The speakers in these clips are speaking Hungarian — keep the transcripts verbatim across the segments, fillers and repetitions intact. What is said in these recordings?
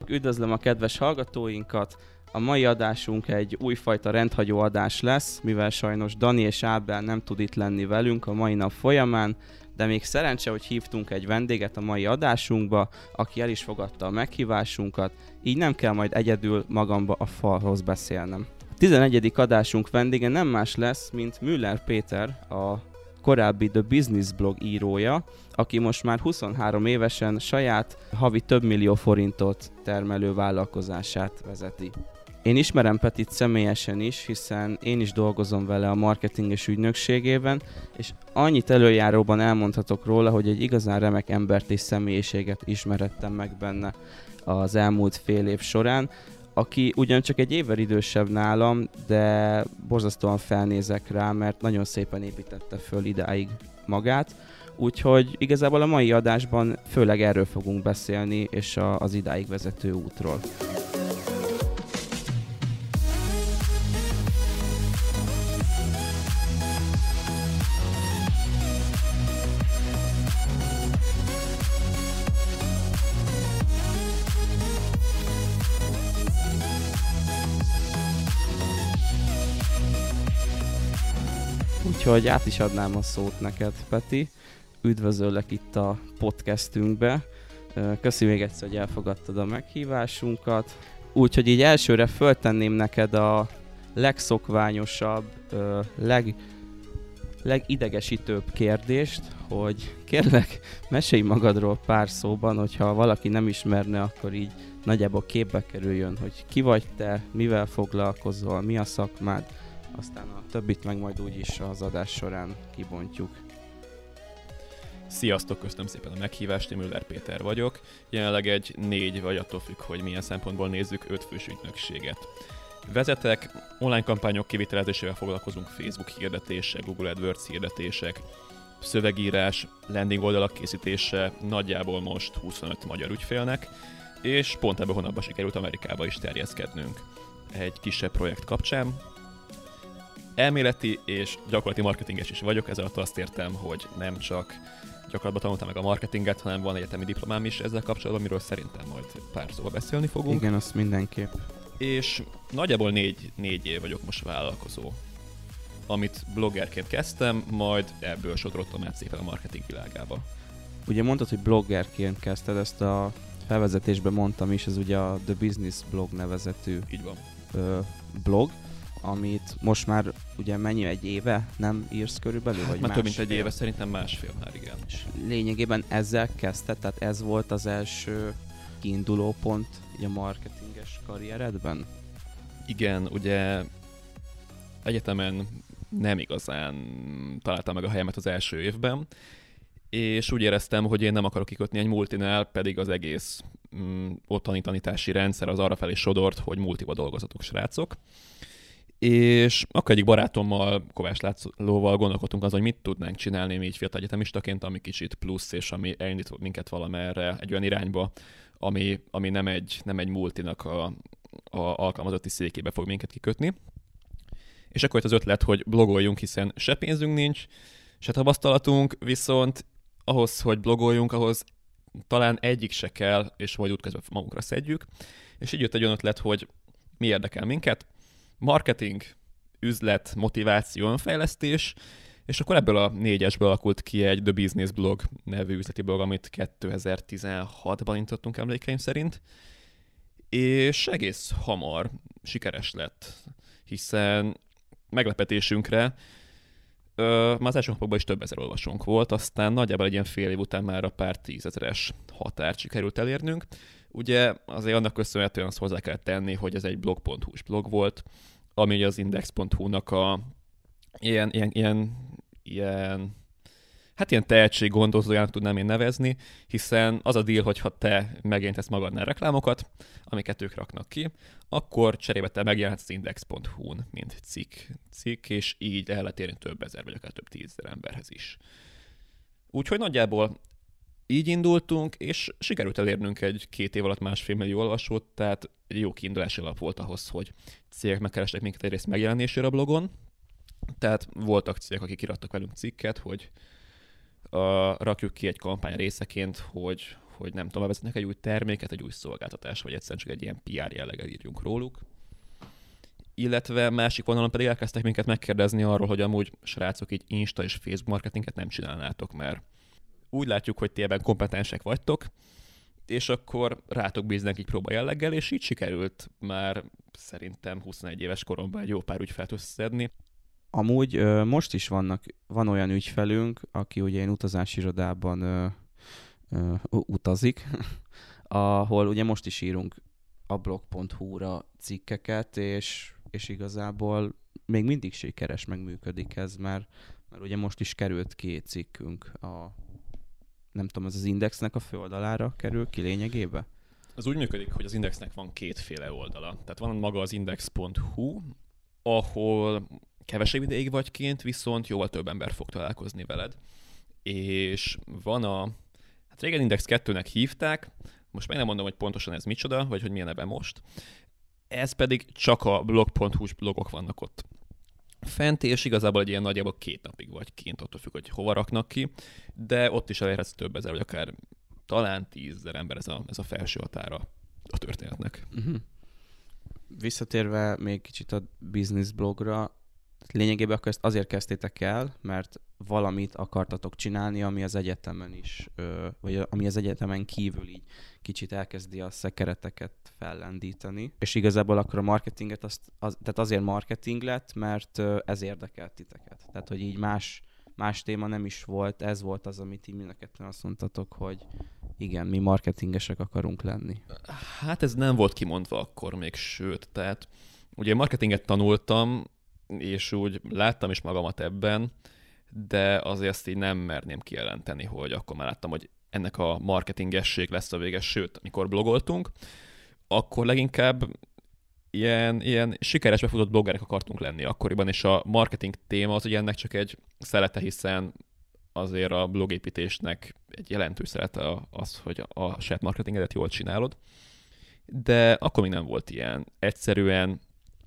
Üdvözlöm a kedves hallgatóinkat! A mai adásunk egy újfajta rendhagyó adás lesz, mivel sajnos Dani és Ábel nem tud itt lenni velünk a mai nap folyamán, de még szerencse, hogy hívtunk egy vendéget a mai adásunkba, aki el is fogadta a meghívásunkat, így nem kell majd egyedül magamba a falhoz beszélnem. A tizenegyedik adásunk vendége nem más lesz, mint Müller Péter, a korábbi The Business blog írója, aki most már huszonhárom évesen saját havi több millió forintot termelő vállalkozását vezeti. Én ismerem Petit személyesen is, hiszen én is dolgozom vele a marketinges ügynökségében, és annyit előjáróban elmondhatok róla, hogy egy igazán remek embert és személyiséget ismerettem meg benne az elmúlt fél év során, aki ugyancsak egy évvel idősebb nálam, de borzasztóan felnézek rá, mert nagyon szépen építette föl idáig magát. Úgyhogy igazából a mai adásban főleg erről fogunk beszélni, és a, az idáig vezető útról. Úgyhogy át is adnám a szót neked, Peti. Üdvözöllek itt a podcastünkbe. Köszi még egyszer, hogy elfogadtad a meghívásunkat. Úgyhogy így elsőre föltenném neked a legszokványosabb, leg, legidegesítőbb kérdést, hogy kérlek, mesélj magadról pár szóban, hogyha valaki nem ismerne, akkor így nagyjából képbe kerüljön, hogy ki vagy te, mivel foglalkozol, mi a szakmád, aztán a többit meg majd úgyis az adás során kibontjuk. Sziasztok, köszönöm szépen a meghívást, én Müller Péter vagyok. Jelenleg egy négy, vagy attól függ, hogy milyen szempontból nézzük, öt fős ügynökséget. Vezetek, online kampányok kivitelezésével foglalkozunk, Facebook hirdetések, Google AdWords hirdetések, szövegírás, landing oldalak készítése, nagyjából most huszonöt magyar ügyfélnek, és pont ebben a hónapban sikerült Amerikába is terjeszkednünk egy kisebb projekt kapcsán. Elméleti és gyakorlati marketinges is vagyok, ezzel azt értem, hogy nem csak gyakorlatban tanultam meg a marketinget, hanem van egyetemi diplomám is ezzel kapcsolatban, miről szerintem majd pár szóval beszélni fogunk. Igen, azt mindenképp. És nagyjából négy, négy év vagyok most vállalkozó, amit bloggerként kezdtem, majd ebből sodrottam át szépen a marketing világába. Ugye mondtad, hogy bloggerként kezdted, ezt a felvezetésben mondtam is, ez ugye a The Business blog nevezetű Így van. Ö, blog, amit most már ugye mennyi, egy éve nem írsz körülbelül? Vagy már több mint másfél? egy éve, szerintem másfél már, igen. És lényegében ezzel kezdted, tehát ez volt az első kiinduló pont így a marketinges karrieredben? Igen, ugye egyetemen nem igazán találtam meg a helyemet az első évben, és úgy éreztem, hogy én nem akarok kikötni egy multinál, pedig az egész mm, otthoni tanítási rendszer az arra felé sodort, hogy multiba dolgozatok, srácok. És akkor egyik barátommal, Kovács Lászlóval gondolkodtunk azon, hogy mit tudnánk csinálni mi így fiatal egyetemistaként, ami kicsit plusz, és ami elindít minket valamerre egy olyan irányba, ami, ami nem, egy, nem egy multinak a, a alkalmazotti székébe fog minket kikötni. És akkor jött az ötlet, hogy blogoljunk, hiszen se pénzünk nincs, se tapasztalatunk, viszont ahhoz, hogy blogoljunk, ahhoz talán egyik se kell, és majd útközben magunkra szedjük. És így jött egy olyan ötlet, hogy mi érdekel minket, marketing, üzlet, motiváció, önfejlesztés, és akkor ebből a négyesből alakult ki egy The Business blog nevű üzleti blog, amit kétezer-tizenhatban indítottunk emlékeim szerint, és egész hamar sikeres lett, hiszen meglepetésünkre ö, már az első napokban is több ezer olvasónk volt, aztán nagyjából egy ilyen fél év után már a pár tízezeres határt sikerült elérnünk. Ugye azért annak köszönhetően azt hozzá kell tenni, hogy ez egy blog pont hu-s blog volt, ami az index pont hu-nak a ilyen, ilyen, ilyen, ilyen, hát ilyen tehetséggondozójának tudnám én nevezni, hiszen az a deal, hogyha te megjelentesz magadnál reklámokat, amiket ők raknak ki, akkor cserébe te megjelenhetsz az index pont hu-n, mint cikk, cikk, és így el lehet érni több ezer, vagy akár több tízezer emberhez is. Úgyhogy nagyjából így indultunk, és sikerült elérnünk egy két év alatt másfél millió olvasót, tehát egy jó kiindulási alap volt ahhoz, hogy cégek megkerestek minket egyrészt megjelenésére a blogon, tehát voltak cégek, akik kiraktak velünk cikket, hogy uh, rakjuk ki egy kampány részeként, hogy hogy nem tudom, bevezetnek egy új terméket, egy új szolgáltatást, vagy egyszerűen csak egy ilyen pé er jelleggel írjunk róluk. Illetve másik vonalon pedig elkezdtek minket megkérdezni arról, hogy amúgy srácok így Insta és Facebook marketinget nem csinálnátok, mert úgy látjuk, hogy ti ebben kompetensek vagytok, és akkor rátok bíznak így próba jelleggel, és így sikerült már szerintem huszonegy éves koromban egy jó pár ügyfelt összeszedni. Amúgy ö, most is vannak, van olyan ügyfelünk, aki ugye én utazási irodában ö, ö, utazik, ahol ugye most is írunk a blog pont hu-ra cikkeket, és, és igazából még mindig sikeres, meg működik ez, mert, mert ugye most is került két cikkünk a, nem tudom, az az Indexnek a főoldalára kerül ki lényegébe? Az úgy működik, hogy az Indexnek van kétféle oldala. Tehát van maga az index pont hu, ahol kevesebb ideig vagy kint, viszont jóval több ember fog találkozni veled. És van a, hát régen Index kettőnek hívták, most meg nem mondom, hogy pontosan ez micsoda, vagy hogy milyen neve most. Ez pedig csak a blog pont hu-s blogok vannak ott fent, és igazából egy ilyen nagyjából két napig vagy kint, attól függ, hogy hova raknak ki, de ott is elérhetsz több ezer, vagy akár talán tízezer ember ez a, ez a felső határa a történetnek. Uh-huh. Visszatérve még kicsit a business blogra, lényegében akkor ezt azért kezdtétek el, mert valamit akartatok csinálni, ami az egyetemen is, vagy ami az egyetemen kívül így kicsit elkezdi a szekereteket fellendíteni. És igazából akkor a marketinget, azt, az, tehát azért marketing lett, mert ez érdekelt titeket. Tehát, hogy így más, más téma nem is volt, ez volt az, amit így mind a ketten azt mondtatok, hogy igen, mi marketingesek akarunk lenni. Hát ez nem volt kimondva akkor még, sőt, tehát ugye marketinget tanultam, és úgy láttam is magamat ebben, de azért ezt így nem merném kijelenteni, hogy akkor már láttam, hogy ennek a marketingesség lesz a vége, sőt, amikor blogoltunk, akkor leginkább ilyen, ilyen sikeres befutott bloggerek akartunk lenni akkoriban, és a marketing téma az ugye ennek csak egy szelete, hiszen azért a blogépítésnek egy jelentős szelete az, hogy a saját marketingedet jól csinálod, de akkor még nem volt ilyen. Egyszerűen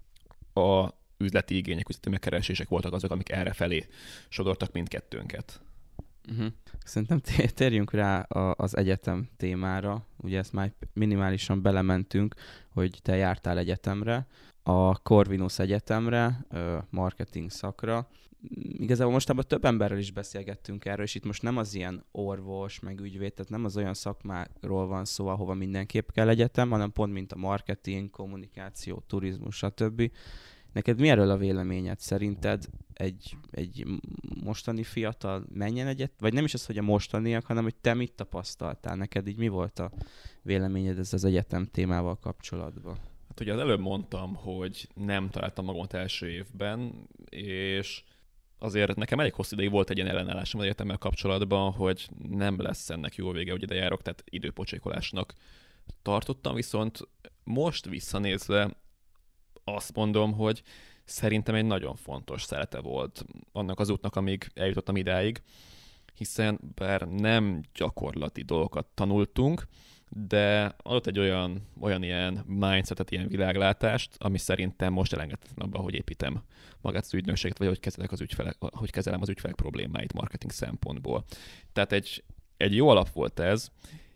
a üzleti igények, üzleti megkeresések voltak azok, amik erre felé sodortak mindkettőnket. Uh-huh. Szerintem térjünk rá a, az egyetem témára. Ugye ezt már minimálisan belementünk, hogy te jártál egyetemre, a Corvinus Egyetemre, marketing szakra. Igazából mostában több emberrel is beszélgettünk erről, és itt most nem az ilyen orvos, meg ügyvéd, tehát nem az olyan szakmáról van szó, ahova mindenképp kell egyetem, hanem pont mint a marketing, kommunikáció, turizmus, stb. Neked mi erről a véleményed? Szerinted egy, egy mostani fiatal menjen egyet? Vagy nem is az, hogy a mostaniak, hanem hogy te mit tapasztaltál? Neked így mi volt a véleményed ez az egyetem témával kapcsolatban? Hát ugye az előbb mondtam, hogy nem találtam magamat első évben, és azért nekem elég hosszú ideig volt egy ilyen ellenállásom az egyetemmel kapcsolatban, hogy nem lesz ennek jó vége, hogy ide járok, tehát időpocsékolásnak tartottam, viszont most visszanézve azt mondom, hogy szerintem egy nagyon fontos szelete volt annak az útnak, amíg eljutottam idáig, hiszen bár nem gyakorlati dolgokat tanultunk, de adott egy olyan, olyan ilyen mindsetet, ilyen világlátást, ami szerintem most elengedhetetlen abban, hogy építem magát az ügynökséget, vagy hogy kezelek az ügyfelek, hogy kezelem az ügyfelek problémáit marketing szempontból. Tehát egy, egy jó alap volt ez,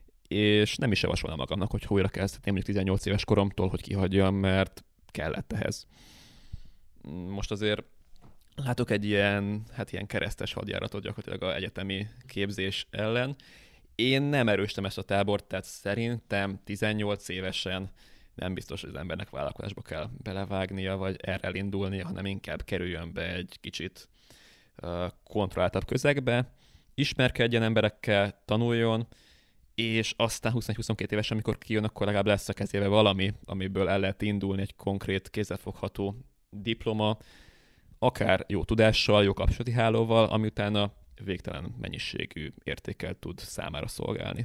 és nem is javasolnám magamnak, hogy újra kezdhetném mondjuk tizennyolc éves koromtól, hogy kihagyjam, mert kellett ehhez. Most azért látok egy ilyen, hát ilyen keresztes hadjáratot gyakorlatilag az egyetemi képzés ellen. Én nem erősítem ezt a tábort, tehát szerintem tizennyolc évesen nem biztos, hogy az embernek vállalkozásba kell belevágnia, vagy erre elindulnia, hanem inkább kerüljön be egy kicsit uh, kontrolláltabb közegbe, ismerkedjen emberekkel, tanuljon, és aztán huszonegy-huszonkét évesen, amikor kijön, akkor legalább lesz a kezébe valami, amiből el lehet indulni, egy konkrét, kézzelfogható diploma, akár jó tudással, jó kapcsolati hálóval, ami utána végtelen mennyiségű értékkel tud számára szolgálni.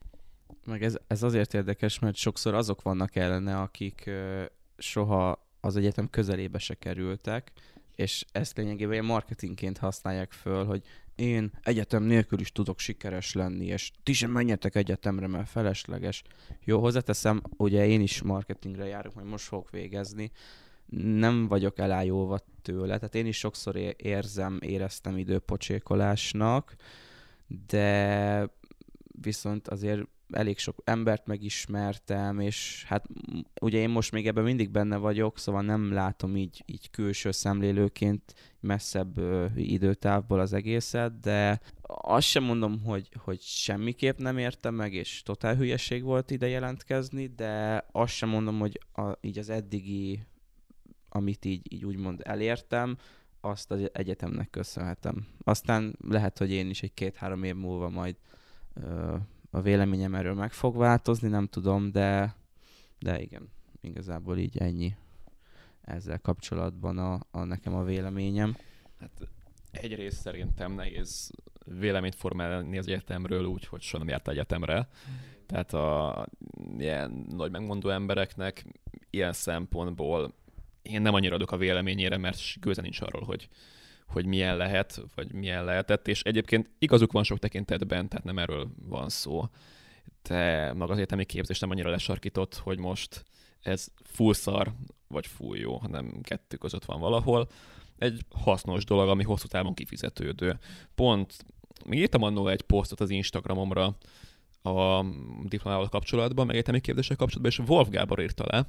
Meg ez, ez azért érdekes, mert sokszor azok vannak ellene, akik ö, soha az egyetem közelébe se kerültek, és ezt lényegében ilyen marketingként használják föl, hogy én egyetem nélkül is tudok sikeres lenni, és ti sem menjetek egyetemre, mert felesleges. Jó, hozzáteszem, ugye én is marketingre járok, majd most fogok végezni, nem vagyok elájulva tőle, tehát én is sokszor érzem, éreztem időpocsékolásnak, de viszont azért elég sok embert megismertem, és hát ugye én most még ebben mindig benne vagyok, szóval nem látom így, így külső szemlélőként messzebb ö, időtávból az egészet, de azt sem mondom, hogy, hogy semmiképp nem értem meg, és totál hülyeség volt ide jelentkezni, de azt sem mondom, hogy a, így az eddigi, amit így, így úgymond elértem, azt az egyetemnek köszönhetem. Aztán lehet, hogy én is egy két-három év múlva majd ö, a véleményem erről meg fog változni, nem tudom, de, de igen, igazából így ennyi ezzel kapcsolatban a, a nekem a véleményem. Hát egyrészt szerintem nehéz véleményt formálni az egyetemről úgy, hogy soha nem járt egyetemre. Tehát a ilyen nagy megmondó embereknek ilyen szempontból én nem annyira adok a véleményére, mert gőze nincs arról, hogy, hogy milyen lehet, vagy milyen lehetett, és egyébként igazuk van sok tekintetben, tehát nem erről van szó. De maga az egyetemi képzés nem annyira lesarkított, hogy most ez full szar, vagy full jó, hanem kettő között van valahol. Egy hasznos dolog, ami hosszú távon kifizetődő. Pont, még írtam annól egy posztot az Instagramomra a diplomával kapcsolatban, meg egyetemi képzéssel kapcsolatban, és Wolf Gábor írta le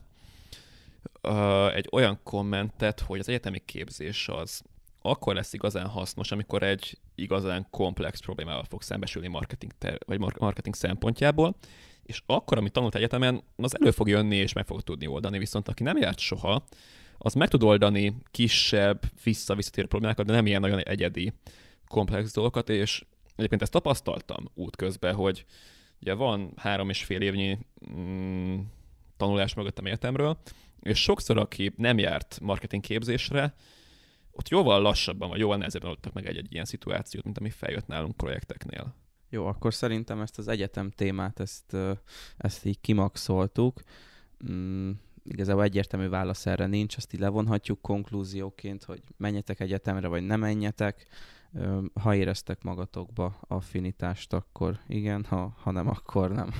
uh, egy olyan kommentet, hogy az egyetemi képzés az akkor lesz igazán hasznos, amikor egy igazán komplex problémával fog szembesülni marketing, ter- vagy marketing szempontjából, és akkor, amit tanult egyetemen, az elő fog jönni, és meg fog tudni oldani, viszont aki nem járt soha, az meg tud oldani kisebb, vissza-visszatérő problémákat, de nem ilyen nagyon egyedi, komplex dolgokat, és egyébként ezt tapasztaltam útközben, hogy ugye van három és fél évnyi mm, tanulás mögöttem egyetemről, és sokszor, aki nem járt marketing képzésre, ott jóval lassabban, vagy jóval nehezebben oldtak meg egy-egy ilyen szituációt, mint ami feljött nálunk projekteknél. Jó, akkor szerintem ezt az egyetem témát, ezt, ezt így kimaxoltuk. Mm, igazából egyértelmű válasz erre nincs, azt így levonhatjuk konklúzióként, hogy menjetek egyetemre, vagy nem menjetek. Ha éreztek magatokba affinitást, akkor igen, ha, ha nem, akkor nem.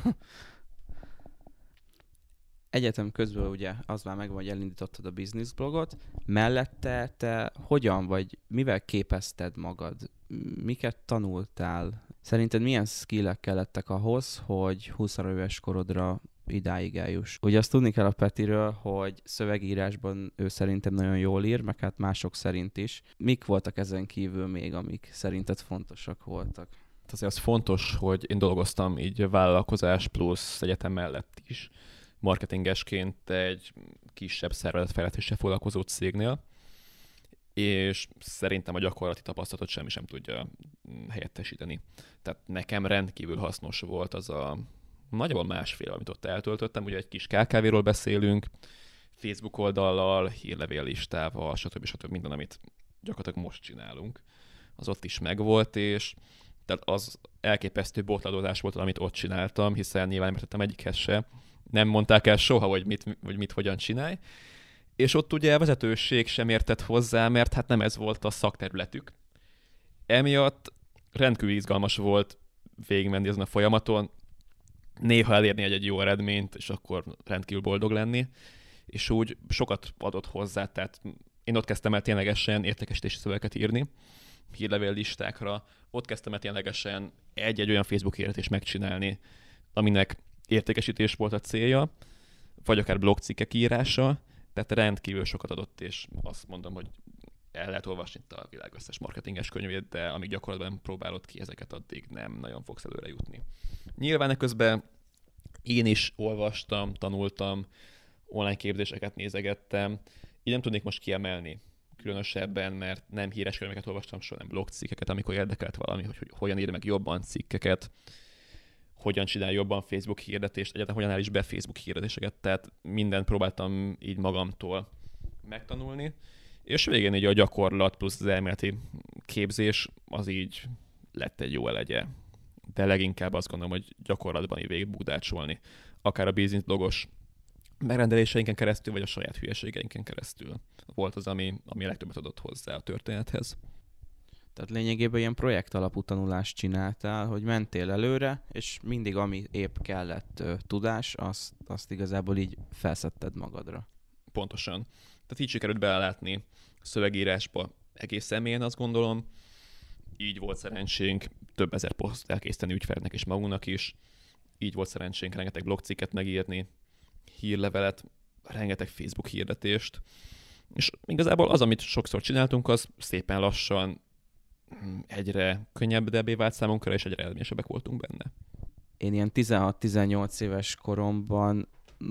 Egyetem közben ugye az már megvan, hogy elindítottad a business blogot, mellette te hogyan vagy, mivel képezted magad, miket tanultál? Szerinted milyen skillek kellettek ahhoz, hogy húsz éves korodra idáig eljuss? Ugye azt tudni kell a Petiről, hogy szövegírásban ő szerintem nagyon jól ír, meg hát mások szerint is. Mik voltak ezen kívül még, amik szerinted fontosak voltak? Azért az fontos, hogy én dolgoztam így vállalkozás plusz egyetem mellett is, marketingesként egy kisebb szervezetfejlesztéssel foglalkozó cégnél, és szerintem a gyakorlati tapasztalatot semmi sem tudja helyettesíteni. Tehát nekem rendkívül hasznos volt az a nagyjából másfél, amit ott eltöltöttem. Ugye egy kis ká ká véről beszélünk, Facebook oldallal, hírlevéllistával, stb. stb. Minden, amit gyakorlatilag most csinálunk, az ott is megvolt, és tehát az elképesztő botladozás volt, amit ott csináltam, hiszen nyilván nem értettem egyikhez se. Nem mondták el soha, hogy mit, hogy mit hogyan csinálj. És ott ugye a vezetőség sem értett hozzá, mert hát nem ez volt a szakterületük. Emiatt rendkívül izgalmas volt végigmenni ezen a folyamaton, néha elérni egy, egy jó eredményt, és akkor rendkívül boldog lenni, és úgy sokat adott hozzá, tehát én ott kezdtem el ténylegesen értékesítési szövegeket írni, hírlevél listákra, ott kezdtem el ténylegesen egy-egy olyan Facebook hirdetést megcsinálni, aminek értékesítés volt a célja, vagy akár blogcikkek írása, tehát rendkívül sokat adott, és azt mondom, hogy el lehet olvasni itt a világ összes marketinges könyvét, de amíg gyakorlatban próbálod ki ezeket, addig nem nagyon fogsz előre jutni. Nyilván közben én is olvastam, tanultam, online képzéseket nézegettem, így nem tudnék most kiemelni különösebben, mert nem híres könyveket olvastam, soha nem blogcikkeket, amikor érdekelt valami, hogy, hogy hogyan ír meg jobban cikkeket, hogyan csinál jobban Facebook hirdetést, egyáltalán hogyan áll is be Facebook hirdetéseket, tehát mindent próbáltam így magamtól megtanulni, és végén így a gyakorlat plusz az elméleti képzés az így lett egy jó elegye. De leginkább azt gondolom, hogy gyakorlatban így végig búdácsolni, akár a business blogos megrendeléseinken keresztül, vagy a saját hülyeségeinken keresztül volt az, ami, ami a legtöbbet adott hozzá a történethez. Tehát lényegében ilyen projekt alapú tanulást csináltál, hogy mentél előre, és mindig ami épp kellett ö, tudás, azt, azt igazából így felszedted magadra. Pontosan. Tehát így sikerült belátni szövegírásba egészen mélyen, azt gondolom. Így volt szerencsénk több ezer poszt elkészíteni ügyfeleknek és magunknak is. így volt szerencsénk rengeteg blogcikket megírni, hírlevelet, rengeteg Facebook hirdetést, és igazából az, amit sokszor csináltunk, az szépen lassan egyre könnyebbé vált számunkra, és egyre eredményesebbek voltunk benne. Én ilyen tizenhat-tizennyolc éves koromban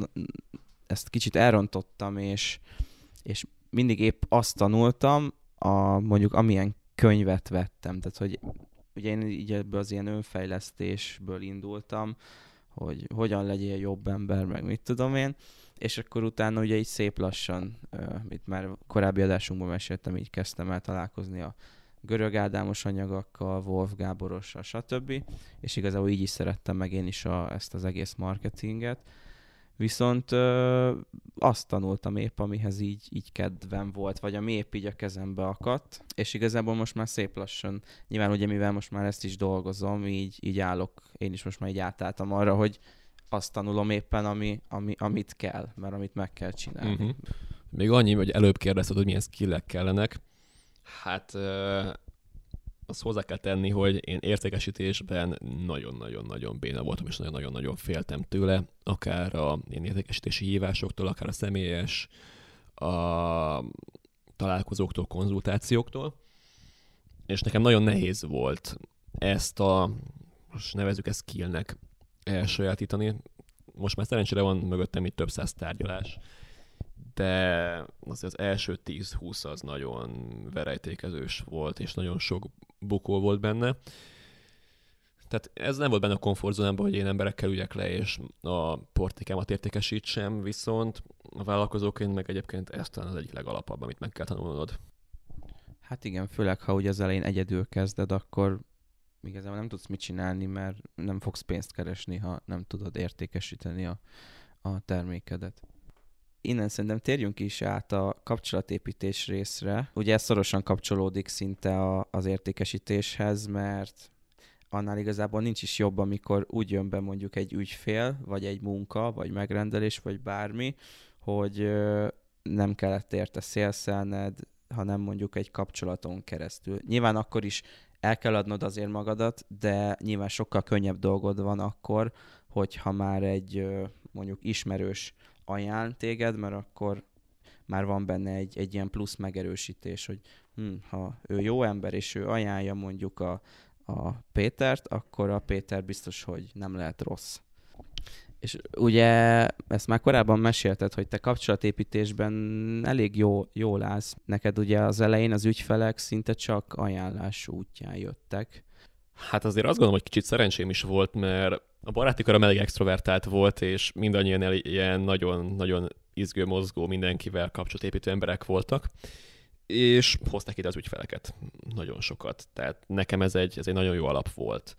ezt kicsit elrontottam, és, és mindig épp azt tanultam, a, mondjuk amilyen könyvet vettem. Tehát, hogy ugye én így ebből az ilyen önfejlesztésből indultam, hogy hogyan legyél jobb ember, meg mit tudom én, és akkor utána ugye így szép lassan, mint már korábbi adásunkban meséltem, így kezdtem el találkozni a Görög Ádámos anyagakkal, Wolf Gáborossal, stb. És igazából így is szerettem meg én is a, ezt az egész marketinget. Viszont ö, azt tanultam épp, amihez így, így kedvem volt, vagy ami épp így a kezembe akadt, és igazából most már szép lassan, nyilván ugye mivel most már ezt is dolgozom, így, így állok, én is most már így átálltam arra, hogy azt tanulom éppen, ami, ami, amit kell, mert amit meg kell csinálni. Uh-huh. Még annyi, hogy előbb kérdezted, hogy milyen skillek kellenek. Hát euh, azt hozzá kell tenni, hogy én értékesítésben nagyon-nagyon-nagyon béna voltam, és nagyon-nagyon-nagyon féltem tőle, akár a én értékesítési hívásoktól, akár a személyes a találkozóktól, konzultációktól. És nekem nagyon nehéz volt ezt a, most nevezzük ezt skillnek, elsajátítani. Most már szerencsére van mögöttem itt több száz tárgyalás, de azért az első tíz-húsz az nagyon verejtékezős volt, és nagyon sok bukó volt benne. Tehát ez nem volt benne a komfortzónámban, hogy én emberekkel üljek le, és a portékámat értékesítsem, viszont a vállalkozóként meg egyébként ez talán az egyik legalapabb, amit meg kell tanulnod. Hát igen, főleg ha ugye az elején egyedül kezded, akkor igazából nem tudsz mit csinálni, mert nem fogsz pénzt keresni, ha nem tudod értékesíteni a, a termékedet. Innen szerintem térjünk is át a kapcsolatépítés részre. Ugye ez szorosan kapcsolódik szinte a, az értékesítéshez, mert annál igazából nincs is jobb, amikor úgy jön be mondjuk egy ügyfél, vagy egy munka, vagy megrendelés, vagy bármi, hogy ö, nem kellett érte szélszelned, hanem mondjuk egy kapcsolaton keresztül. Nyilván akkor is el kell adnod azért magadat, de nyilván sokkal könnyebb dolgod van akkor, hogyha már egy ö, mondjuk ismerős ajánl téged, mert akkor már van benne egy, egy ilyen plusz megerősítés, hogy hm, ha ő jó ember, és ő ajánlja mondjuk a, a Pétert, akkor a Péter biztos, hogy nem lehet rossz. És ugye ezt már korábban mesélted, hogy te kapcsolatépítésben elég jó, jól állsz. Neked ugye az elején az ügyfelek szinte csak ajánlás útján jöttek. Hát azért azt gondolom, hogy kicsit szerencsém is volt, mert a baráti köröm elég extrovertált volt, és mindannyian el, ilyen nagyon-nagyon izgő, mozgó, mindenkivel kapcsolatépítő emberek voltak, és hozták ide az ügyfeleket. Nagyon sokat. Tehát nekem ez egy, ez egy nagyon jó alap volt.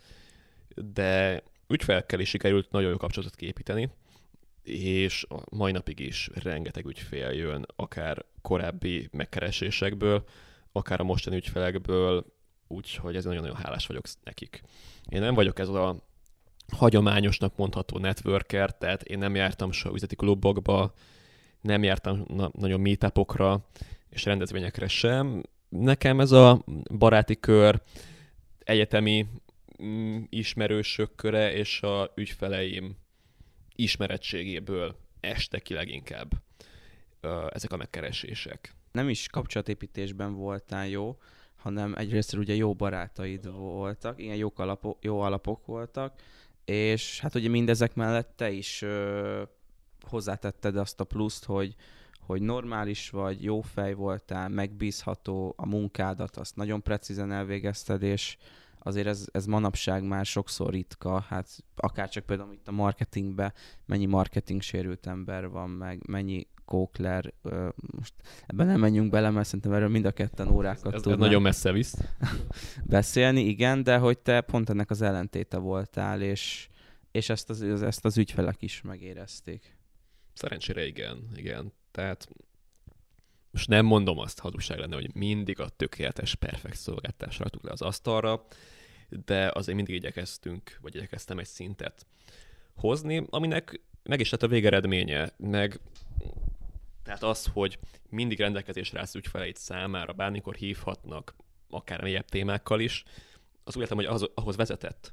De ügyfelekkel is sikerült nagyon jó kapcsolatot kiépíteni, és a mai napig is rengeteg ügyfél jön, akár korábbi megkeresésekből, akár a mostani ügyfelekből, úgyhogy ezért nagyon-nagyon hálás vagyok nekik. Én nem vagyok ez a hagyományosnak mondható networker, tehát én nem jártam soha üzleti klubokba, nem jártam na- nagyon meetupokra és rendezvényekre sem. Nekem ez a baráti kör, egyetemi mm, ismerősök köre és a ügyfeleim ismerettségéből este ki leginkább uh, ezek a megkeresések. Nem is kapcsolatépítésben voltál jó, hanem egyrészt ugye jó barátaid voltak, ilyen jók alapok, jó alapok voltak, és hát ugye mindezek mellett te is ö, hozzátetted azt a pluszt, hogy, hogy normális vagy, jó fej voltál, megbízható, a munkádat azt nagyon precízen elvégezted, és azért ez, ez manapság már sokszor ritka, hát akárcsak például itt a marketingben mennyi marketing sérült ember van, meg mennyi kókler, most ebben nem menjünk bele, mert szerintem erről mind a ketten órákat ez, tudnánk ez nagyon messze visz. beszélni, igen, de hogy te pont ennek az ellentéte voltál, és, és ezt, az, ezt az ügyfelek is megérezték. Szerencsére igen, igen. Tehát most nem mondom azt, hazugság lenne, hogy mindig a tökéletes, perfekt szolgáltást raktuk le az asztalra, de azért mindig igyekeztünk, vagy igyekeztem egy szintet hozni, aminek meg is lett a végeredménye, meg tehát az, hogy mindig rendelkezésre állsz ügyfeleid számára, bármikor hívhatnak, akár mélyebb témákkal is, az úgy értem, hogy ahhoz, ahhoz vezetett,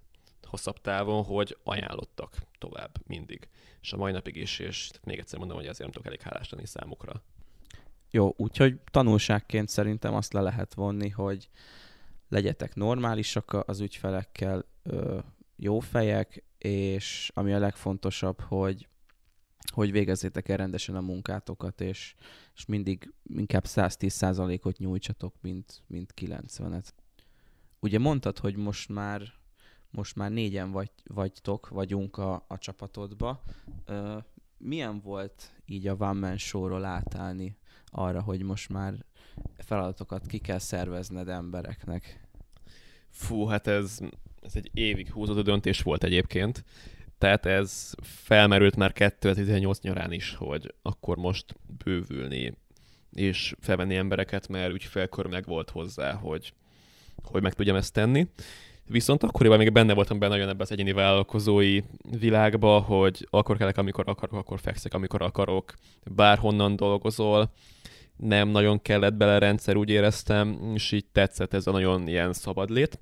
hosszabb távon, hogy ajánlottak tovább mindig. És a mai napig is, és még egyszer mondom, hogy ezért nem tudok elég hálás lenni számukra. Jó, úgyhogy tanulságként szerintem azt le lehet vonni, hogy legyetek normálisak az ügyfelekkel, ö, jó fejek, és ami a legfontosabb, hogy, hogy végezzétek el rendesen a munkátokat, és, és mindig inkább száz tíz százalékot nyújtsatok, mint, mint kilencvenet. Ugye mondtad, hogy most már, most már négyen vagy, vagytok, vagyunk a, a csapatodba. Ö, milyen volt így a One Man Show-ról átállni arra, hogy most már feladatokat ki kell szervezned embereknek? Fú, hát ez, ez egy évig húzódó döntés volt egyébként. Tehát ez felmerült már kétezer-tizennyolc nyarán is, hogy akkor most bővülni és felvenni embereket, mert ügyfélkör meg volt hozzá, hogy, hogy meg tudjam ezt tenni. Viszont akkoriban még benne voltam benne nagyon ebben az egyéni vállalkozói világba, hogy akkor kelek, amikor akarok, akkor fekszek, amikor akarok, bárhonnan dolgozol, nem nagyon kellett bele rendszer, úgy éreztem, és így tetszett ez a nagyon ilyen szabadlét.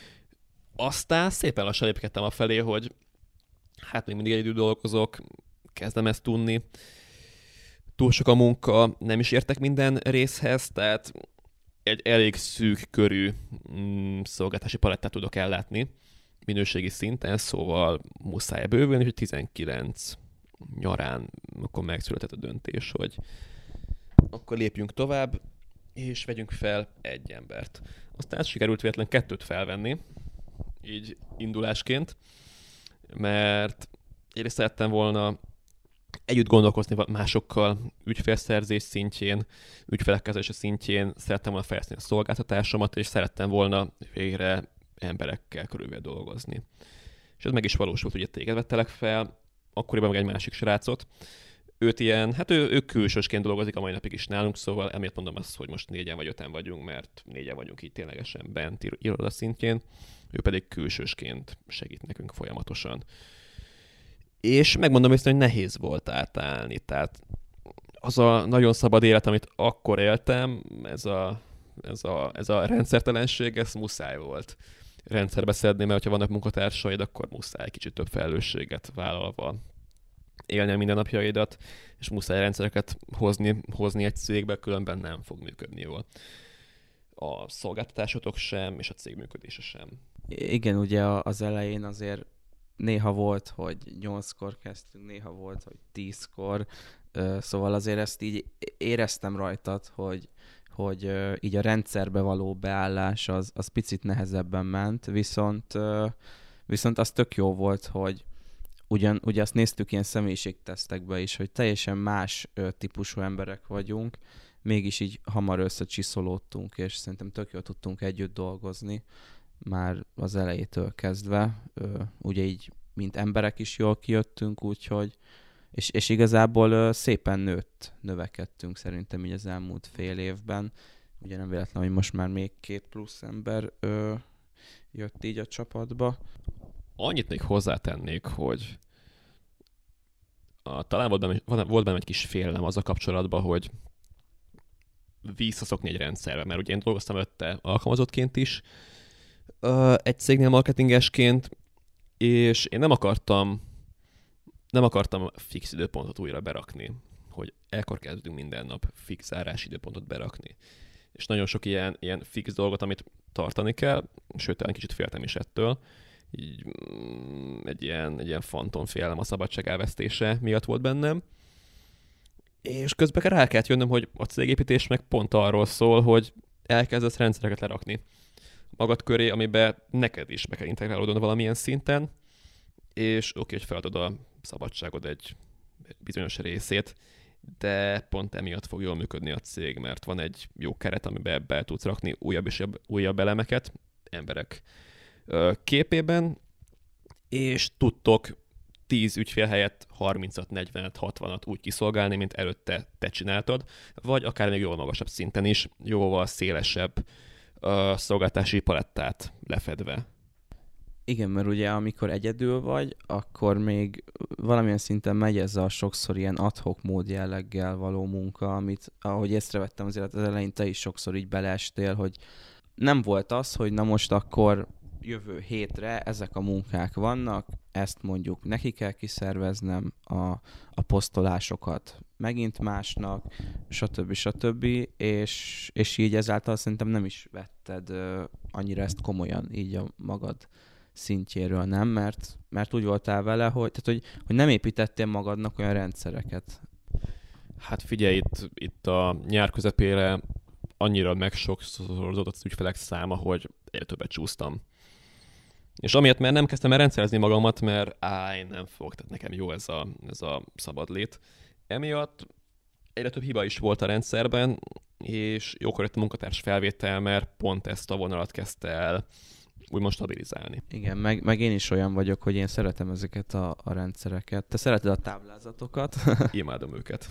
Aztán szépen lassan lépkedtem a felé, hogy hát még mindig egyedül dolgozok, kezdem ezt tudni. Túl sok a munka, nem is értek minden részhez, tehát egy elég szűk körű mm, szolgáltási palettát tudok ellátni minőségi szinten, szóval muszáj bővülni, hogy tizenkilenc nyarán akkor megszületett a döntés, hogy akkor lépjünk tovább, és vegyünk fel egy embert. Aztán sikerült véletlen kettőt felvenni, így indulásként, mert én is szerettem volna együtt gondolkozni másokkal, ügyfélszerzés szintjén, ügyfelekkezelése szintjén, szerettem volna fejleszteni a szolgáltatásomat, és szerettem volna végre emberekkel körülbelül dolgozni. És ez meg is valósult, ugye téged vettelek fel, akkoriban meg egy másik srácot. Őt ilyen, hát ő, ő külsősként dolgozik a mai napig is nálunk, szóval emiatt mondom azt, hogy most négyen vagy öten vagyunk, mert négyen vagyunk így ténylegesen bent iroda szintjén, ő pedig külsősként segít nekünk folyamatosan. És megmondom őszintén, hogy nehéz volt átállni, tehát az a nagyon szabad élet, amit akkor éltem, ez a, ez a, ez a rendszertelenség, ez muszáj volt rendszerbe szedni, mert ha vannak munkatársaid, akkor muszáj kicsit több felelősséget vállalva élni a mindennapjaidat, és muszáj rendszereket hozni, hozni egy cégbe, különben nem fog működni jól. A szolgáltatásotok sem, és a cég működése sem. Igen, ugye az elején azért néha volt, hogy nyolckor kezdtünk, néha volt, hogy tízkor, szóval azért ezt így éreztem rajtad, hogy, hogy így a rendszerbe való beállás az, az picit nehezebben ment, viszont, viszont az tök jó volt, hogy ugyan, ugye azt néztük ilyen személyiségtesztekbe is, hogy teljesen más típusú emberek vagyunk, mégis így hamar összecsiszolódtunk, és szerintem tök jól tudtunk együtt dolgozni, már az elejétől kezdve. Ugye így, mint emberek is jól kijöttünk, úgyhogy, és, és igazából szépen nőtt, növekedtünk szerintem így az elmúlt fél évben. Ugye nem véletlen, hogy most már még két plusz ember ö, jött így a csapatba. Annyit még hozzátennék, hogy a, talán volt bennem, volt bennem egy kis félelem az a kapcsolatban, hogy visszaszokni egy rendszerbe, mert ugye én dolgoztam ötte alkalmazottként is, egy cégnél marketingesként, és én nem akartam nem akartam fix időpontot újra berakni, hogy ekkor kezdünk minden nap fix zárási időpontot berakni. És nagyon sok ilyen, ilyen fix dolgot, amit tartani kell, sőt, talán kicsit féltem is ettől, így egy ilyen, egy ilyen fantomfélelem a szabadság elvesztése miatt volt bennem. És közben rá kellett jönnöm, hogy a cégépítés meg pont arról szól, hogy elkezdesz rendszereket lerakni magad köré, amiben neked is be kell integrálódnod valamilyen szinten, és oké, okay, hogy feladod a szabadságod egy bizonyos részét, de pont emiatt fog jól működni a cég, mert van egy jó keret, amiben be tudsz rakni újabb és újabb elemeket emberek képében, és tudtok tíz ügyfél helyett harmincat, negyvenet, hatvanat úgy kiszolgálni, mint előtte te csináltad, vagy akár még jól magasabb szinten is, jóval szélesebb uh, szolgáltási palettát lefedve. Igen, mert ugye amikor egyedül vagy, akkor még valamilyen szinten megy ez a sokszor ilyen ad-hoc mód jelleggel való munka, amit ahogy észrevettem azért az elején te is sokszor így beleestél, hogy nem volt az, hogy na most akkor jövő hétre ezek a munkák vannak, ezt mondjuk neki kell kiszerveznem, a, a posztolásokat megint másnak, stb. stb. És, és így ezáltal szerintem nem is vetted uh, annyira ezt komolyan így a magad szintjéről, nem? Mert, mert úgy voltál vele, hogy, tehát, hogy, hogy nem építettél magadnak olyan rendszereket. Hát figyelj, itt, itt a nyár közepére annyira megsokszorozódott az ügyfelek száma, hogy egyre többet csúsztam. És amiatt már nem kezdtem el rendszerezni magamat, mert áj, nem fog, tehát nekem jó ez a, ez a szabadlét. Emiatt egyre több hiba is volt a rendszerben, és jókor jött a munkatárs felvétel, mert pont ezt a vonalat kezdte el úgymond stabilizálni. Igen, meg, meg én is olyan vagyok, hogy én szeretem ezeket a, a rendszereket. Te szereted a táblázatokat? Imádom őket.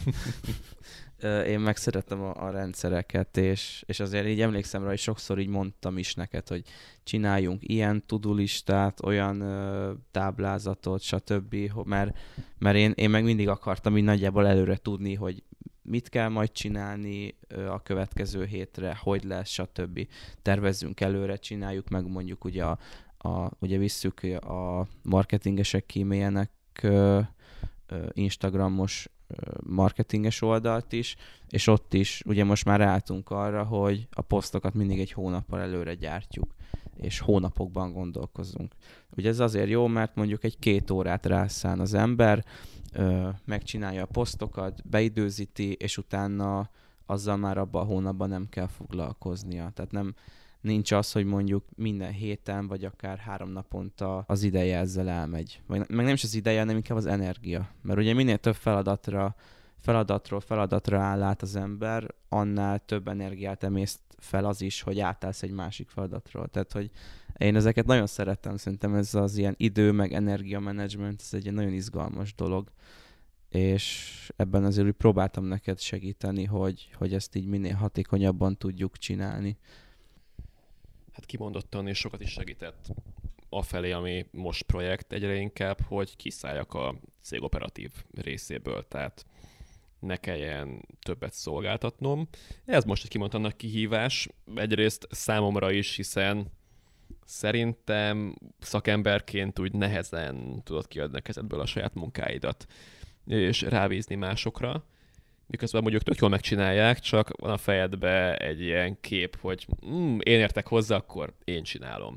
Én meg szeretem a, a rendszereket, és, és azért így emlékszem rá, hogy sokszor így mondtam is neked, hogy csináljunk ilyen tudulistát, olyan ö, táblázatot, stb. Mert, mert én, én meg mindig akartam így nagyjából előre tudni, hogy mit kell majd csinálni ö, a következő hétre, hogy lesz, stb. Tervezzünk előre, csináljuk meg mondjuk ugye, a, a, ugye visszük a marketingesek kíméljenek ö, ö, Instagramos marketinges oldalt is, és ott is ugye most már ráálltunk arra, hogy a posztokat mindig egy hónappal előre gyártjuk, és hónapokban gondolkozunk. Ugye ez azért jó, mert mondjuk egy két órát rászán az ember, ö, megcsinálja a posztokat, beidőzíti, és utána azzal már abban a hónapban nem kell foglalkoznia. Tehát nem, nincs az, hogy mondjuk minden héten, vagy akár három naponta az ideje ezzel elmegy. Vagy meg nem is az ideje, hanem inkább az energia. Mert ugye minél több feladatra, feladatról feladatra áll át az ember, annál több energiát emészt fel az is, hogy átállsz egy másik feladatról. Tehát, hogy én ezeket nagyon szeretem, szerintem ez az ilyen idő, meg energia management, ez egy nagyon izgalmas dolog. És ebben azért úgy próbáltam neked segíteni, hogy, hogy ezt így minél hatékonyabban tudjuk csinálni. Hát kimondottan és sokat is segített afelé, ami most projekt egyre inkább, hogy kiszálljak a cég operatív részéből, tehát ne kelljen többet szolgáltatnom. Ez most egy kimondottan nagy kihívás, egyrészt számomra is, hiszen szerintem szakemberként úgy nehezen tudod kiadni a kezedből a saját munkáidat, és rábízni másokra, miközben mondjuk tök jól megcsinálják, csak van a fejedbe egy ilyen kép, hogy mm, én értek hozzá, akkor én csinálom.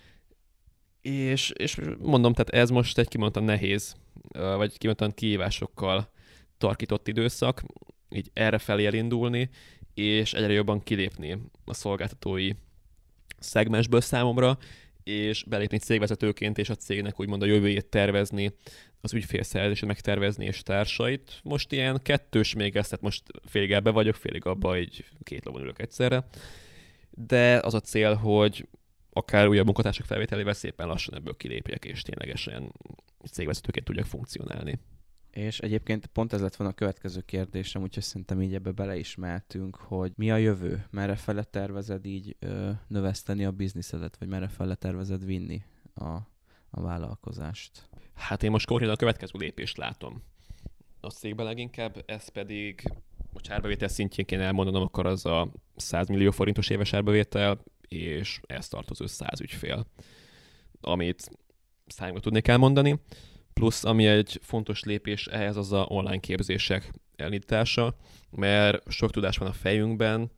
És, és mondom, tehát ez most egy kimondottan nehéz, vagy kimondottan kihívásokkal tarkított időszak, így erre felé elindulni, és egyre jobban kilépni a szolgáltatói szegmensből számomra, és belépni cégvezetőként, és a cégnek úgymond a jövőjét tervezni, az ügyfélszerzését megtervezni, és társait. Most ilyen kettős még ezt, tehát most félig ebbe vagyok, félig abba, így két lovon ülök egyszerre. De az a cél, hogy akár újabb munkatársak felvételével szépen lassan ebből kilépjek, és ténylegesen cégvezetőként tudjak funkcionálni. És egyébként pont ez lett volna a következő kérdésem, úgyhogy szerintem így ebbe bele is mehetünk, hogy mi a jövő? Merre fele tervezed így ö, növeszteni a bizniszedet, vagy merre fele tervezed vinni a, a vállalkozást? Hát én most konkrétan a következő lépést látom a cégben leginkább, ez pedig, hogy árbevétel szintjén kéne elmondanom, akkor az a száz millió forintos éves árbevétel, és ez tartozó száz ügyfél, amit számomra tudnék elmondani. Plusz, ami egy fontos lépés ehhez, az a online képzések elindítása, mert sok tudás van a fejünkben,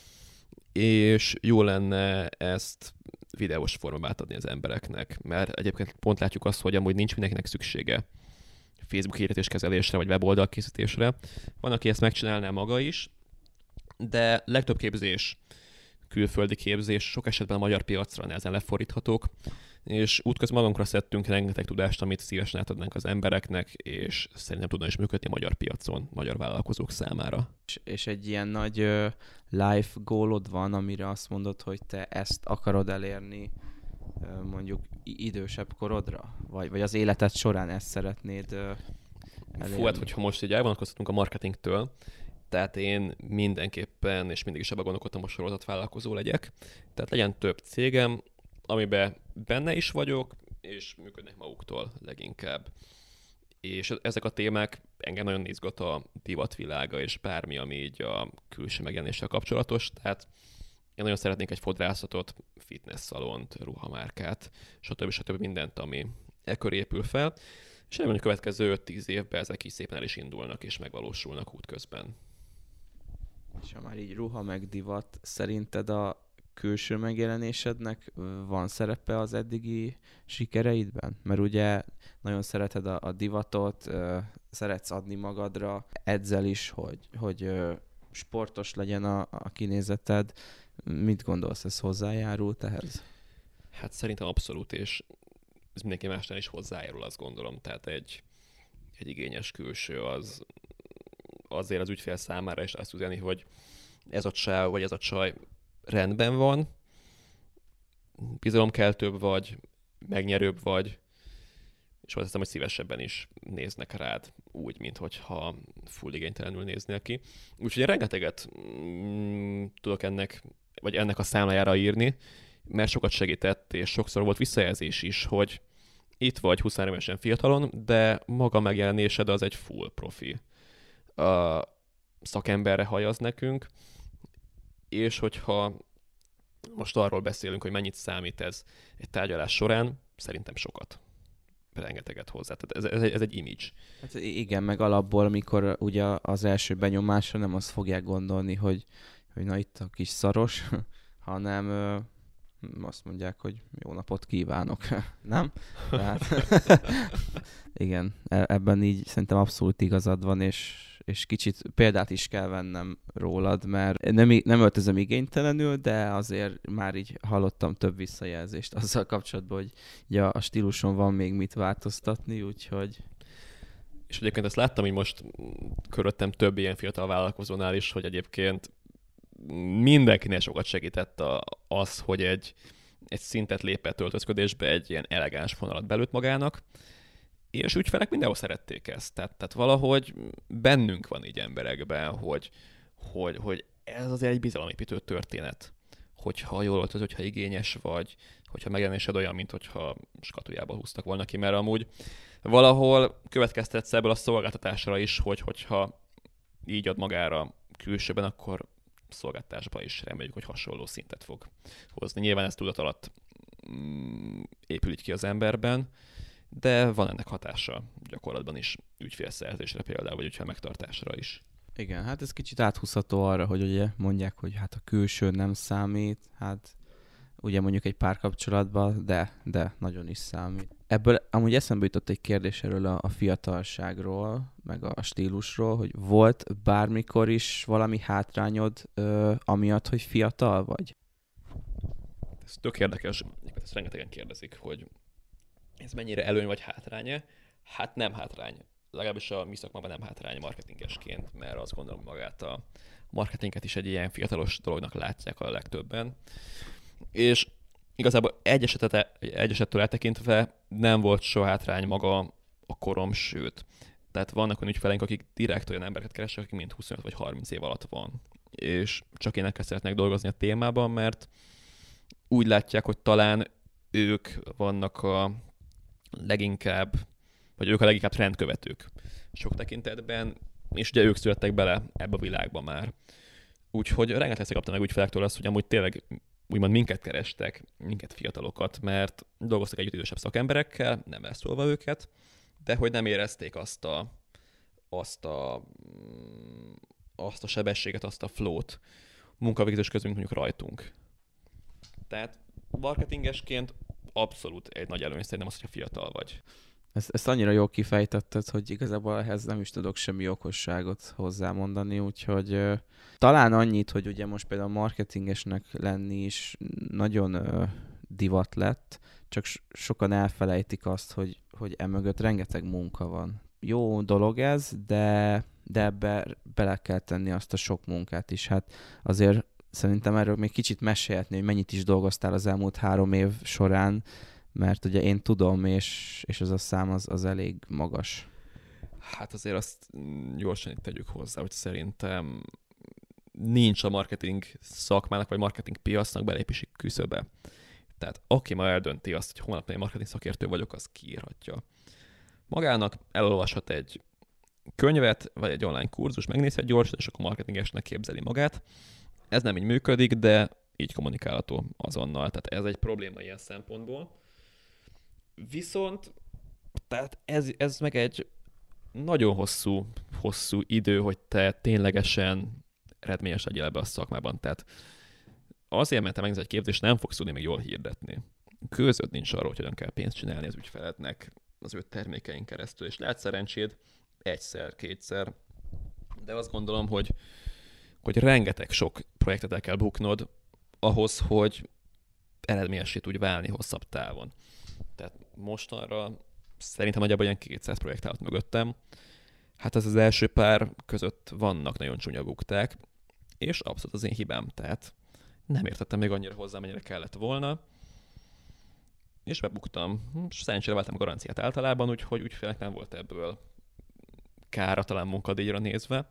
és jó lenne ezt videós formában átadni az embereknek, mert egyébként pont látjuk azt, hogy amúgy nincs mindenkinek szüksége Facebook hirdetéskezelésre vagy weboldal készítésre. Van, aki ezt megcsinálná maga is, de legtöbb képzés, külföldi képzés, sok esetben a magyar piacra nehezen lefordíthatók, és útközben magunkra szedtünk rengeteg tudást, amit szívesen átadnánk az embereknek, és szerintem tudna is működni a magyar piacon, magyar vállalkozók számára. És, és egy ilyen nagy uh, life goalod van, amire azt mondod, hogy te ezt akarod elérni uh, mondjuk idősebb korodra? Vagy, vagy az életed során ezt szeretnéd uh, elérni? Fú, hát hogyha most így elvonatkoztatunk a marketingtől, tehát én mindenképpen, és mindig is ebben gondolkodtam, hogy sorozatvállalkozó legyek. Tehát legyen több cégem, amiben benne is vagyok, és működnek maguktól leginkább. És ezek a témák engem nagyon izgat a divatvilága, és bármi, ami így a külső megjelenéssel kapcsolatos. Tehát Én nagyon szeretnék egy fodrászatot, fitness szalont, ruhamárkát, stb. stb. Mindent, ami e köré épül fel, és remélem, hogy a következő öt-tíz évben ezek is szépen el is indulnak és megvalósulnak útközben. És ha már így ruha meg divat, szerinted a külső megjelenésednek van szerepe az eddigi sikereidben? Mert ugye nagyon szereted a, a divatot, szeretsz adni magadra, edzel is, hogy, hogy sportos legyen a, a kinézeted. Mit gondolsz, ez hozzájárult ehhez? Hát szerintem abszolút, és ez mindenki másnál is hozzájárul, azt gondolom. Tehát egy, egy igényes külső az azért az ügyfél számára is azt tudni, hogy ez a csáv, vagy ez a csaj rendben van, bizalomkeltőbb vagy, megnyerőbb vagy, és azt hiszem, hogy szívesebben is néznek rád úgy, mint hogyha full igénytelenül néznél ki. Úgyhogy rengeteget mm, tudok ennek, vagy ennek a számlájára írni, mert sokat segített, és sokszor volt visszajelzés is, hogy itt vagy huszonhárom évesen fiatalon, de maga megjelenésed az egy full profi. A szakemberre hajaz nekünk, és hogyha most arról beszélünk, hogy mennyit számít ez egy tárgyalás során, szerintem sokat. Rengeteget hozzá. Tehát ez, ez, egy, ez egy image. Hát igen, meg alapból, amikor ugye az első benyomásra nem azt fogják gondolni, hogy, hogy na itt a kis szaros, hanem ö, azt mondják, hogy jó napot kívánok. Nem? Tehát, igen, ebben így szerintem abszolút igazad van, és, és kicsit példát is kell vennem rólad, mert nem, nem öltözöm igénytelenül, de azért már így hallottam több visszajelzést azzal kapcsolatban, hogy ugye a stíluson van még mit változtatni, úgyhogy... És egyébként ezt láttam, hogy most körülöttem több ilyen fiatal vállalkozónál is, hogy egyébként mindenkinél sokat segített a, az, hogy egy, egy szintet lépett öltözködésbe, egy ilyen elegáns vonalat belőtt magának, és ügyfelek mindenhol szerették ezt. Tehát, tehát valahogy bennünk van így emberekben, hogy, hogy, hogy ez azért egy bizalomépítő történet. Hogyha jól öltöz, hogyha igényes vagy, hogyha megjelenésed olyan, mint hogyha skatujába húztak volna ki, mert amúgy valahol következtetsz ebből a szolgáltatásra is, hogy hogyha így ad magára külsőben, akkor szolgáltatásban is reméljük, hogy hasonló szintet fog hozni. Nyilván ez tudat alatt mm, épül így ki az emberben, de van ennek hatása gyakorlatban is ügyfélszerzésre például, vagy ügyfél megtartásra is. Igen, hát ez kicsit áthúzható arra, hogy ugye mondják, hogy hát a külső nem számít, hát ugye mondjuk egy párkapcsolatban, de, de nagyon is számít. Ebből amúgy eszembe jutott egy kérdés erről a, a fiatalságról, meg a stílusról, hogy volt bármikor is valami hátrányod ö, amiatt, hogy fiatal vagy? Ez tök érdekes, ezt rengetegen kérdezik, hogy ez mennyire előny vagy hátránya? Hát nem hátrány. Legalábbis a mi szakmában nem hátrány marketingesként, mert azt gondolom, hogy magát a marketinget is egy ilyen fiatalos dolognak látják a legtöbben. És igazából egy, esetet, egy esettől eltekintve nem volt soha hátrány maga a korom, sőt. Tehát vannak olyan ügyfeleink, akik direkt olyan embereket keresnek, akik mind huszonöt vagy harminc év alatt van. És csak énekkel szeretnek dolgozni a témában, mert úgy látják, hogy talán ők vannak a leginkább, vagy ők a leginkább trendkövetők sok tekintetben, és ugye ők születtek bele ebbe a világba már. Úgyhogy rengetegszer kaptam meg ügyfelektől azt, hogy amúgy tényleg úgymond minket kerestek, minket fiatalokat, mert dolgoztak együtt idősebb szakemberekkel, nem elszólva őket, de hogy nem érezték azt a, azt a, azt a sebességet, azt a flow-t munkavégzés közünk mondjuk rajtunk. Tehát marketingesként abszolút egy nagy előny szerintem az, hogyha fiatal vagy. Ezt, ezt annyira jól kifejtetted, hogy igazából ehhez nem is tudok semmi okosságot hozzámondani, úgyhogy uh, talán annyit, hogy ugye most például marketingesnek lenni is nagyon uh, divat lett, csak sokan elfelejtik azt, hogy, hogy emögött rengeteg munka van. Jó dolog ez, de, de ebbe bele kell tenni azt a sok munkát is. Hát azért szerintem erről még kicsit mesélhetni, hogy mennyit is dolgoztál az elmúlt három év során, mert ugye én tudom, és, és az a szám az, az elég magas. Hát azért azt gyorsan itt tegyük hozzá, hogy szerintem nincs a marketing szakmának, vagy marketing piacnak belépési küszöbe. Tehát aki ma eldönti azt, hogy holnap egy marketing szakértő vagyok, az kiírhatja. Magának elolvashat egy könyvet, vagy egy online kurzus, megnézhet gyorsan, és akkor marketingesnek képzeli magát. Ez nem így működik, de így kommunikálható azonnal. Tehát ez egy probléma ilyen szempontból. Viszont tehát ez, ez meg egy nagyon hosszú, hosszú idő, hogy te ténylegesen eredményes legyél ebbe a szakmában. Tehát azért, mert te megnézed egy képzést, nem fogsz tudni még jól hirdetni. Gőzöd nincs arról, hogy hogyan kell pénzt csinálni az ügyfelednek az ő termékeink keresztül, és lehet szerencséd egyszer, kétszer, de azt gondolom, hogy, hogy rengeteg sok projektet el kell buknod ahhoz, hogy eredményessé tudj válni hosszabb távon. Tehát mostanra szerintem nagyjából olyan kétszáz projekt állt mögöttem. Hát ez az első pár között vannak nagyon csúnya bukták, és abszolút az én hibám, tehát nem értettem még annyira hozzá, mennyire kellett volna, és bebuktam. És szerencsére váltam garanciát általában, úgyhogy ügyfélnek nem volt ebből kára, talán munkadíjra nézve,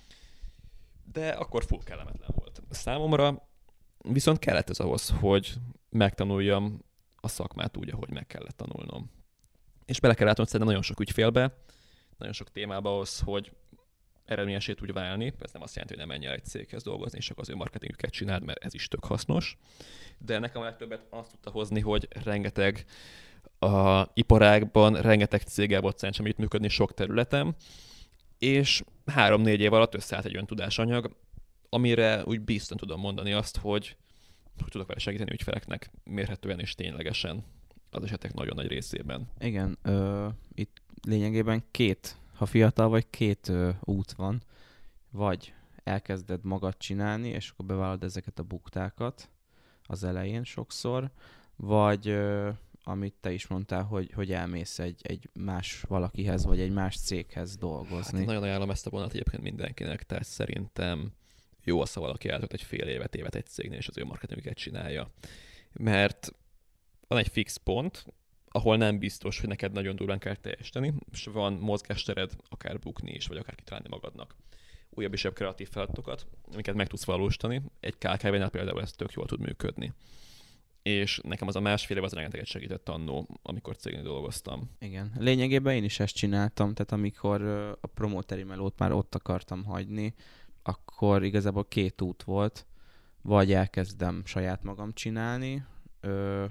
de akkor full kellemetlen volt. Számomra viszont kellett ez ahhoz, hogy megtanuljam a szakmát úgy, ahogy meg kellett tanulnom. És bele kell látnom szerintem nagyon sok ügyfélbe, nagyon sok témába ahhoz, hogy eredményesé tudj válni. Ez nem azt jelenti, hogy nem menj el egy céghez dolgozni, és csak az ő marketingüket csináld, mert ez is tök hasznos. De nekem a legtöbbet azt tudta hozni, hogy rengeteg a iparágban, rengeteg céggel volt szerencsém itt működni sok területen, és három-négy év alatt összeállt egy olyan tudásanyag, amire úgy biztosan tudom mondani azt, hogy, hogy tudok vele segíteni ügyfeleknek mérhetően és ténylegesen az esetek nagyon nagy részében. Igen, ö, itt lényegében két, ha fiatal vagy, két ö, út van. Vagy elkezded magad csinálni, és akkor bevállalod ezeket a buktákat az elején sokszor, vagy ö, amit te is mondtál, hogy, hogy elmész egy, egy más valakihez, vagy egy más céghez dolgozni. Hát nagyon ajánlom ezt a vonalat egyébként mindenkinek, tehát szerintem jó az, ha valaki eltölt egy fél évet, évet egy cégnél, és az ő marketingüket csinálja. Mert van egy fix pont, ahol nem biztos, hogy neked nagyon durván kell teljesíteni, és van mozgástered akár bukni is, vagy akár kitalálni magadnak újabb és jobb kreatív feladatokat, amiket meg tudsz valósítani. Egy ká ká vé-nél például ez tök jól tud működni. És nekem az a másfél év az rengeteget segített annó, amikor cégnél dolgoztam. Igen. Lényegében én is ezt csináltam, tehát amikor a promoteri melót már ott akartam hagyni, akkor igazából két út volt. Vagy elkezdem saját magam csinálni, ö,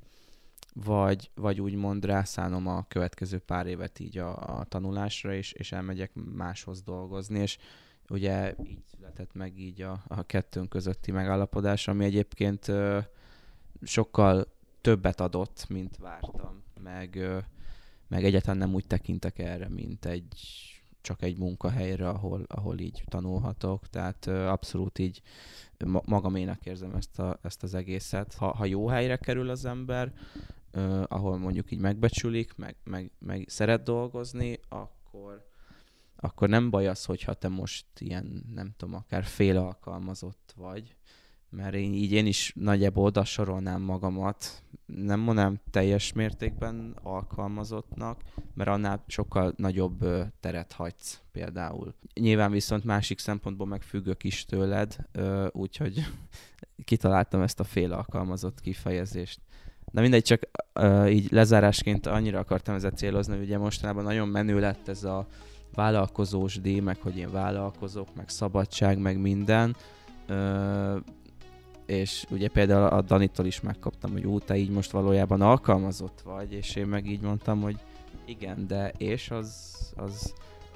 vagy, vagy úgymond rászánom a következő pár évet így a, a tanulásra, és, és elmegyek máshoz dolgozni, és ugye így született meg így a, a kettőnk közötti megállapodás, ami egyébként ö, sokkal többet adott, mint vártam, meg, ö, meg egyáltalán nem úgy tekintek erre, mint egy csak egy munkahelyre, ahol, ahol így tanulhatok, tehát ö, abszolút így ma- magaménak érzem ezt, a, ezt az egészet. Ha, ha jó helyre kerül az ember, ö, ahol mondjuk így megbecsülik, meg, meg, meg szeret dolgozni, akkor, akkor nem baj az, hogyha te most ilyen, nem tudom, akár fél alkalmazott vagy, mert én így én is nagyjából oda sorolnám magamat, nem mondanám teljes mértékben alkalmazottnak, mert annál sokkal nagyobb ö, teret hagysz például. Nyilván viszont másik szempontból meg függök is tőled, ö, úgyhogy kitaláltam ezt a fél alkalmazott kifejezést. Na mindegy, csak ö, így lezárásként annyira akartam ezzel célozni, hogy ugye mostanában nagyon menő lett ez a vállalkozós díj, meg hogy én vállalkozok, meg szabadság, meg minden. Ö, és ugye például a Danitól is megkaptam, hogy ú, te így most valójában alkalmazott vagy, és én meg így mondtam, hogy igen, de és az, az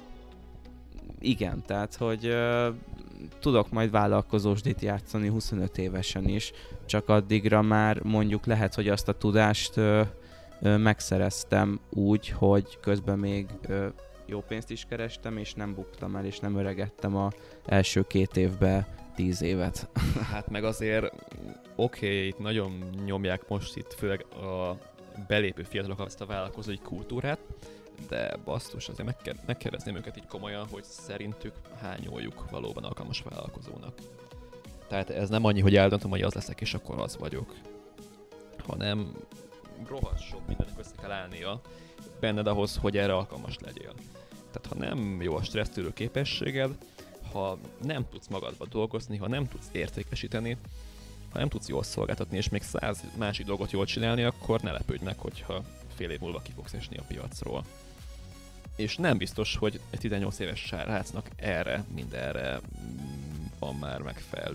igen, tehát, hogy ö, tudok majd vállalkozósdit játszani huszonöt évesen is, csak addigra már mondjuk lehet, hogy azt a tudást ö, ö, megszereztem úgy, hogy közben még ö, jó pénzt is kerestem, és nem buktam el, és nem öregettem az első két évben tíz évet. Hát meg azért oké, okay, itt nagyon nyomják most itt főleg a belépő fiatalok ezt a vállalkozói kultúrát, de basszus, azért megker- megkérdezném őket így komolyan, hogy szerintük hányójuk valóban alkalmas vállalkozónak. Tehát ez nem annyi, hogy eldöntöm, hogy az leszek, és akkor az vagyok, hanem rohadt sok mindennek össze kell állnia benned ahhoz, hogy erre alkalmas legyél. Tehát ha nem jó a stressztűrő képességed, ha nem tudsz magadba dolgozni, ha nem tudsz értékesíteni, ha nem tudsz jól szolgáltatni, és még száz másik dolgot jól csinálni, akkor ne lepődj meg, hogyha fél év múlva ki fogsz esni a piacról. És nem biztos, hogy egy tizennyolc éves srácnak erre, mindenre van már megfelelő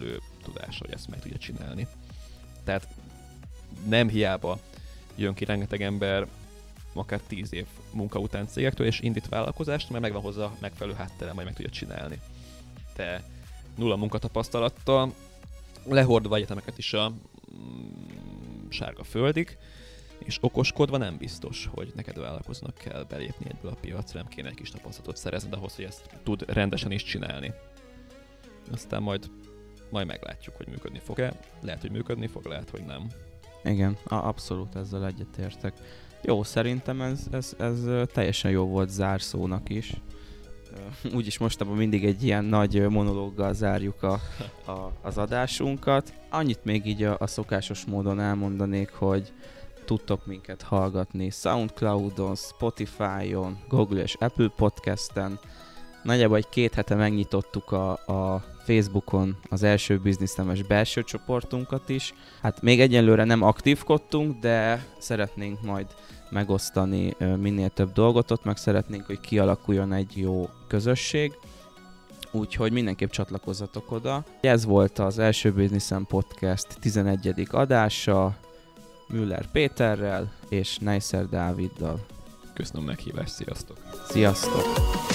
tudása, hogy ezt meg tudja csinálni. Tehát nem hiába jön ki rengeteg ember, akár tíz év munka után cégektől, és indít vállalkozást, mert megvan hozzá megfelelő háttere, majd meg tudja csinálni. Te nulla munkatapasztalattal, lehordva egyetemeket is a mm, sárga földig, és okoskodva nem biztos, hogy neked vállalkoznak kell belépni egyből a piacra, nem kéne egy kis tapasztalatot szerezned ahhoz, hogy ezt tud rendesen is csinálni. Aztán majd, majd meglátjuk, hogy működni fog-e. Lehet, hogy működni fog, lehet, hogy nem. Igen, abszolút ezzel egyetértek. Jó, szerintem ez, ez, ez teljesen jó volt zárszónak is. Úgyis mostában mindig egy ilyen nagy monológgal zárjuk a, a, az adásunkat. Annyit még így a, a szokásos módon elmondanék, hogy tudtok minket hallgatni SoundCloudon, Spotify-on, Google és Apple Podcasten. Nagyjából egy két hete megnyitottuk a, a Facebookon az első bizniszemes belső csoportunkat is. Hát még egyenlőre nem aktívkodtunk, de szeretnénk majd megosztani minél több dolgot ott, meg szeretnénk, hogy kialakuljon egy jó közösség. Úgyhogy mindenképp csatlakozzatok oda. Ez volt az első Bizniszem Podcast tizenegyedik adása, Müller Péterrel és Neisser Dáviddal. Köszönöm meghívást, sziasztok! Sziasztok!